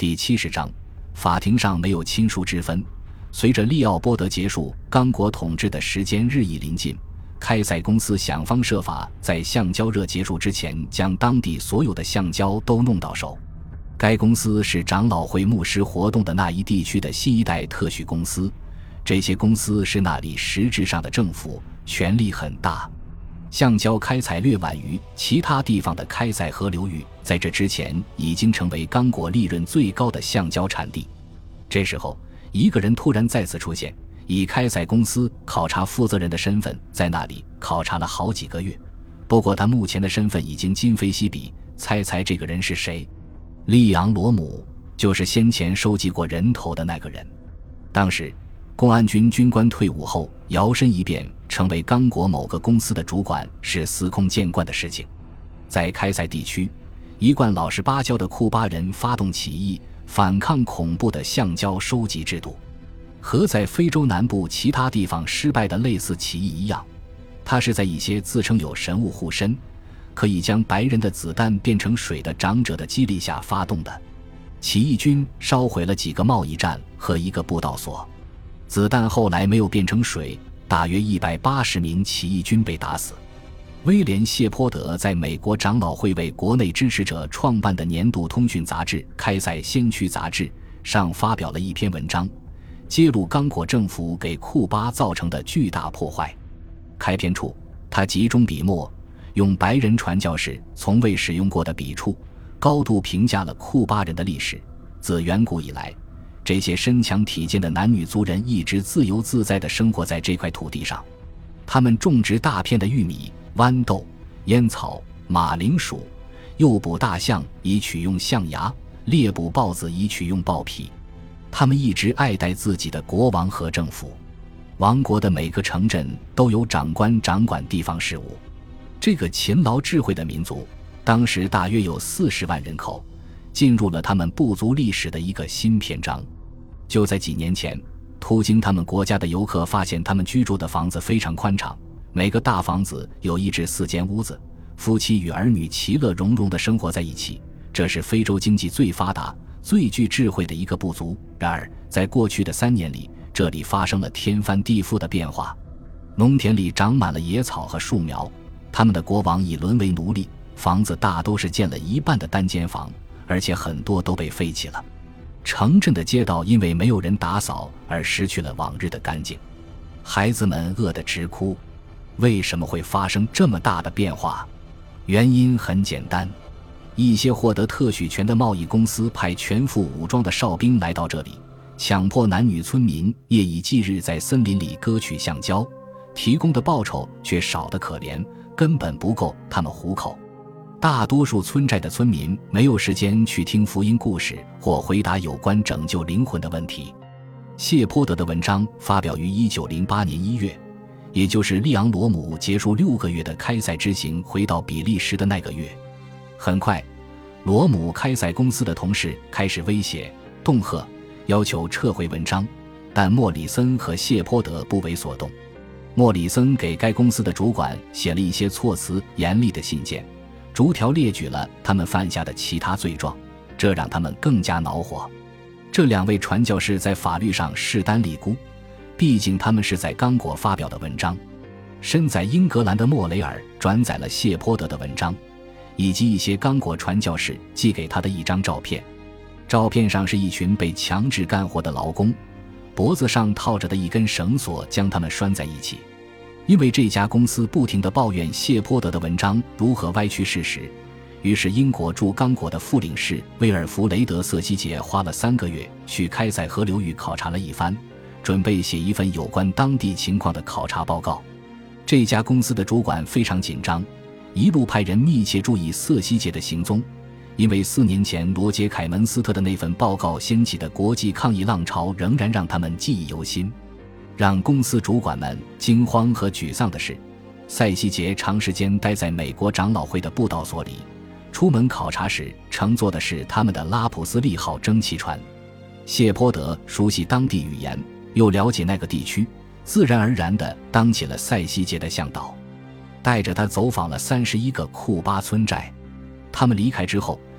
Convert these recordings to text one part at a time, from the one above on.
第70章，法庭上没有亲疏之分。随着利奥波德结束刚果统治的时间日益临近，开塞公司想方设法在橡胶热结束之前将当地所有的橡胶都弄到手。该公司是长老会牧师活动的那一地区的新一代特许公司，这些公司是那里实质上的政府，权力很大。橡胶开采略晚于其他地方的开塞河流域，在这之前已经成为刚果利润最高的橡胶产地。这时候，一个人突然再次出现，以开塞公司考察负责人的身份在那里考察了好几个月。不过他目前的身份已经今非昔比，猜这个人是谁？利昂罗姆，就是先前收集过人头的那个人。当时公安军军官退伍后摇身一变成为刚果某个公司的主管，是司空见惯的事情。在开塞地区，一贯老实巴交的库巴人发动起义，反抗恐怖的橡胶收集制度。和在非洲南部其他地方失败的类似起义一样，他是在一些自称有神物护身，可以将白人的子弹变成水的长者的激励下发动的。起义军烧毁了几个贸易站和一个布道所，子弹后来没有变成水，大约180名起义军被打死。威廉·谢泼德在美国长老会为国内支持者创办的年度通讯杂志《开塞先驱杂志》上发表了一篇文章，揭露刚果政府给库巴造成的巨大破坏。开篇处，他集中笔墨，用白人传教士从未使用过的笔触，高度评价了库巴人的历史。自远古以来，这些身强体健的男女族人一直自由自在地生活在这块土地上。他们种植大片的玉米、豌豆、烟草、马铃薯，诱捕大象以取用象牙，猎捕豹子以取用豹皮。他们一直爱戴自己的国王和政府。王国的每个城镇都有长官掌管地方事务。这个勤劳智慧的民族，当时大约有40万人口，进入了他们部族历史的一个新篇章。就在几年前，途经他们国家的游客发现他们居住的房子非常宽敞，每个大房子有1至4间屋子，夫妻与儿女其乐融融地生活在一起。这是非洲经济最发达、最具智慧的一个部族。然而在过去的3年里，这里发生了天翻地覆的变化。农田里长满了野草和树苗，他们的国王已沦为奴隶，房子大都是建了一半的单间房，而且很多都被废弃了。城镇的街道因为没有人打扫而失去了往日的干净，孩子们饿得直哭。为什么会发生这么大的变化？原因很简单，一些获得特许权的贸易公司派全副武装的哨兵来到这里，强迫男女村民夜以继日在森林里割取橡胶，提供的报酬却少得可怜，根本不够他们糊口。大多数村寨的村民没有时间去听福音故事或回答有关拯救灵魂的问题。谢泼德的文章发表于1908年1月，也就是利昂罗姆结束6个月的开塞之行回到比利时的那个月。很快，罗姆开塞公司的同事开始威胁、恫吓，要求撤回文章，但莫里森和谢泼德不为所动。莫里森给该公司的主管写了一些措辞严厉的信件，逐条列举了他们犯下的其他罪状，这让他们更加恼火。这2位传教士在法律上势单力孤，毕竟他们是在刚果发表的文章。身在英格兰的莫雷尔转载了谢泼德的文章，以及一些刚果传教士寄给他的一张照片。照片上是一群被强制干活的劳工，脖子上套着的一根绳索将他们拴在一起。因为这家公司不停地抱怨谢泼德的文章如何歪曲事实，于是英国驻刚果的副领事威尔弗雷德·瑟西杰花了3个月去开塞河流域考察了一番，准备写一份有关当地情况的考察报告。这家公司的主管非常紧张，一路派人密切注意瑟西杰的行踪，因为4年前罗杰·凯门斯特的那份报告掀起的国际抗议浪潮仍然让他们记忆犹新。让公司主管们惊慌和沮丧的是，塞西杰长时间待在美国长老会的布道所里，出门考察时乘坐的是他们的拉普斯利号蒸汽船。谢泼德熟悉当地语言，又了解那个地区，自然而然地当起了塞西杰的向导，带着他走访了31个库巴村寨。他们离开之后，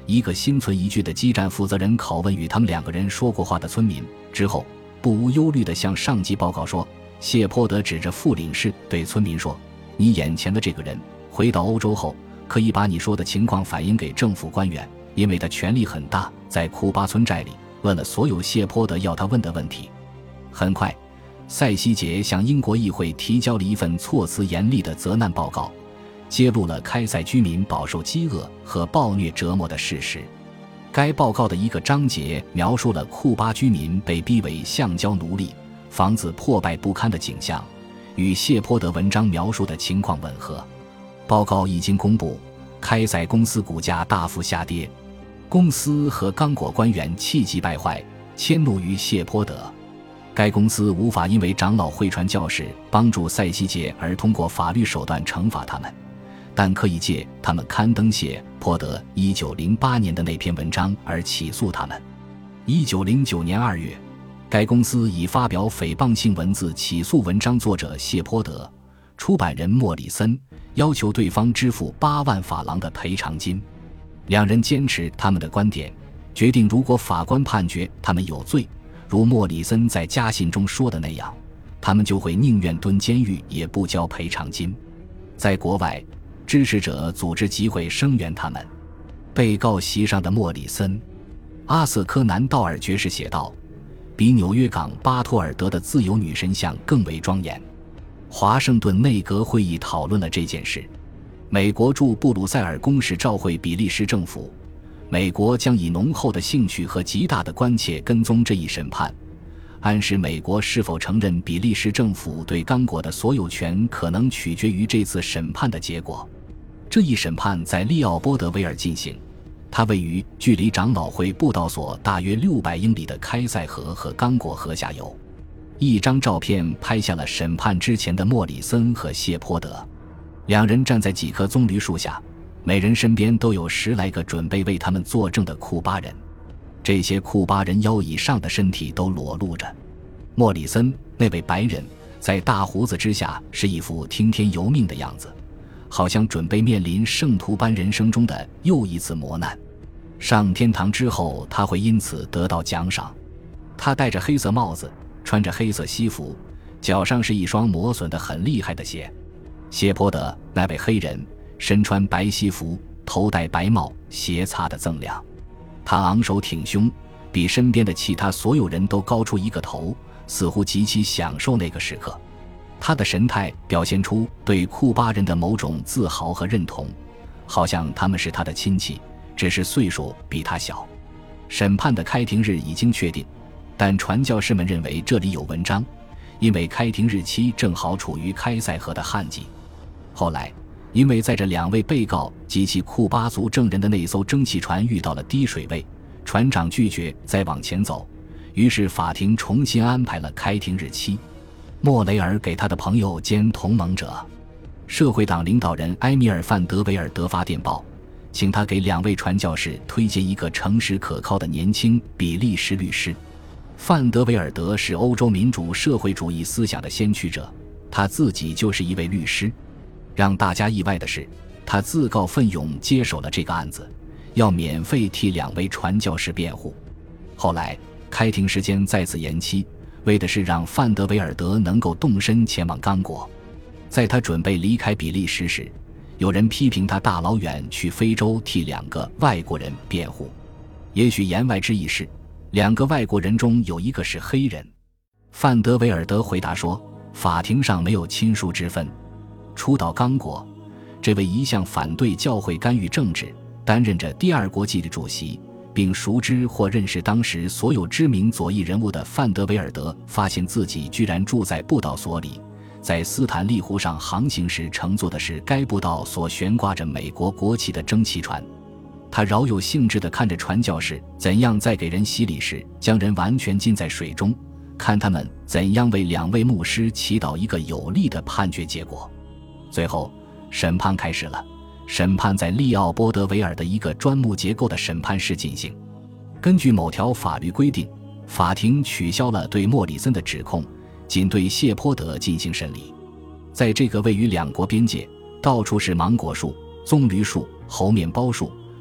一个心存疑惧的基站负责人拷问与他们2个人说过话的村民，之后不无忧虑地向上级报告说，谢泼德指着副领事对村民说，你眼前的这个人回到欧洲后，可以把你说的情况反映给政府官员，因为他权力很大，在库巴村寨里问了所有谢泼德要他问的问题。很快，塞西杰向英国议会提交了一份措辞严厉的责难报告，揭露了开塞居民饱受饥饿和暴虐折磨的事实。该报告的一个章节描述了库巴居民被逼为橡胶奴隶，房子破败不堪的景象，与谢泼德文章描述的情况吻合。报告一经公布，开塞公司股价大幅下跌，公司和刚果官员气急败坏，迁怒于谢泼德。该公司无法因为长老会传教士帮助塞西杰而通过法律手段惩罚他们，但可以借他们刊登谢泼德1908年的那篇文章而起诉他们。1909年2月，该公司以发表诽谤性文字起诉文章作者谢泼德、出版人莫里森，要求对方支付8万法郎的赔偿金。2人坚持他们的观点，决定如果法官判决他们有罪，如莫里森在家信中说的那样，他们就会宁愿蹲监狱也不交赔偿金。在国外，支持者组织集会声援他们。被告席上的莫里森、阿瑟科南道尔爵士写道，比纽约港巴托尔德的自由女神像更为庄严。华盛顿内阁会议讨论了这件事。美国驻布鲁塞尔公使召会比利时政府，美国将以浓厚的兴趣和极大的关切跟踪这一审判，暗示美国是否承认比利时政府对刚果的所有权可能取决于这次审判的结果。这一审判在利奥波德维尔进行，它位于距离长老会布道所大约600英里的开塞河和刚果河下游。一张照片拍下了审判之前的莫里森和谢泼德，2人站在几棵棕榈树下，每人身边都有10来个准备为他们作证的库巴人。这些库巴人腰以上的身体都裸露着。莫里森那位白人在大胡子之下是一副听天由命的样子，好像准备面临圣徒般人生中的又一次磨难。上天堂之后他会因此得到奖赏。他戴着黑色帽子，穿着黑色西服，脚上是一双磨损得很厉害的鞋。谢泼德那位黑人身穿白西服，头戴白帽，鞋擦得锃亮。他昂首挺胸，比身边的其他所有人都高出一个头，似乎极其享受那个时刻。他的神态表现出对库巴人的某种自豪和认同，好像他们是他的亲戚，只是岁数比他小。审判的开庭日已经确定，但传教士们认为这里有文章，因为开庭日期正好处于开塞河的旱季。后来因为载着2位被告及其库巴族证人的那艘蒸汽船遇到了低水位，船长拒绝再往前走，于是法庭重新安排了开庭日期。莫雷尔给他的朋友兼同盟者社会党领导人埃米尔·范德维尔德发电报，请他给2位传教士推荐一个诚实可靠的年轻比利时律师。范德维尔德是欧洲民主社会主义思想的先驱者，他自己就是一位律师。让大家意外的是，他自告奋勇接手了这个案子，要免费替2位传教士辩护。后来开庭时间再次延期，为的是让范德维尔德能够动身前往刚果。在他准备离开比利时时，有人批评他大老远去非洲替2个外国人辩护。也许言外之意是2个外国人中有一个是黑人。范德维尔德回答说，法庭上没有亲疏之分。初到刚果，这位一向反对教会干预政治，担任着第2国际的主席，并熟知或认识当时所有知名左翼人物的范德维尔德发现自己居然住在布道所里，在斯坦利湖上航行时乘坐的是该布道所悬挂着美国国旗的蒸汽船。他饶有兴致地看着传教士怎样在给人洗礼时将人完全浸在水中，看他们怎样为2位牧师祈祷一个有利的判决结果。最后审判开始了。审判在利奥波德维尔的一个砖木结构的审判室进行。根据某条法律规定，法庭取消了对莫里森的指控，仅对谢泼德进行审理。在这个位于2国边界，到处是芒果树、棕榈树、猴面包树、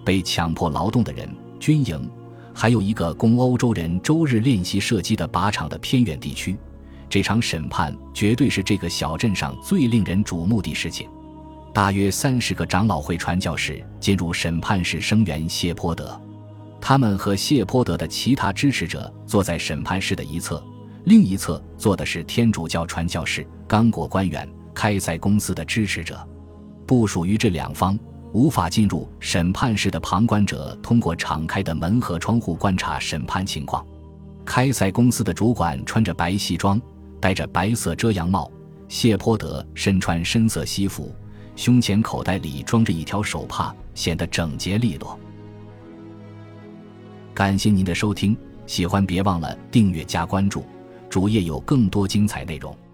被强迫劳动的人、军营，还有一个供欧洲人周日练习射击的靶场的偏远地区。这场审判绝对是这个小镇上最令人瞩目的事情。大约30个长老会传教士进入审判室声援谢泼德，他们和谢泼德的其他支持者坐在审判室的一侧，另一侧坐的是天主教传教士、刚果官员、开塞公司的支持者。不属于这两方无法进入审判室的旁观者通过敞开的门和窗户观察审判情况。开塞公司的主管穿着白西装，戴着白色遮阳帽，谢泼德身穿深色西服，胸前口袋里装着一条手帕，显得整洁利落。感谢您的收听，喜欢别忘了订阅加关注，主页有更多精彩内容。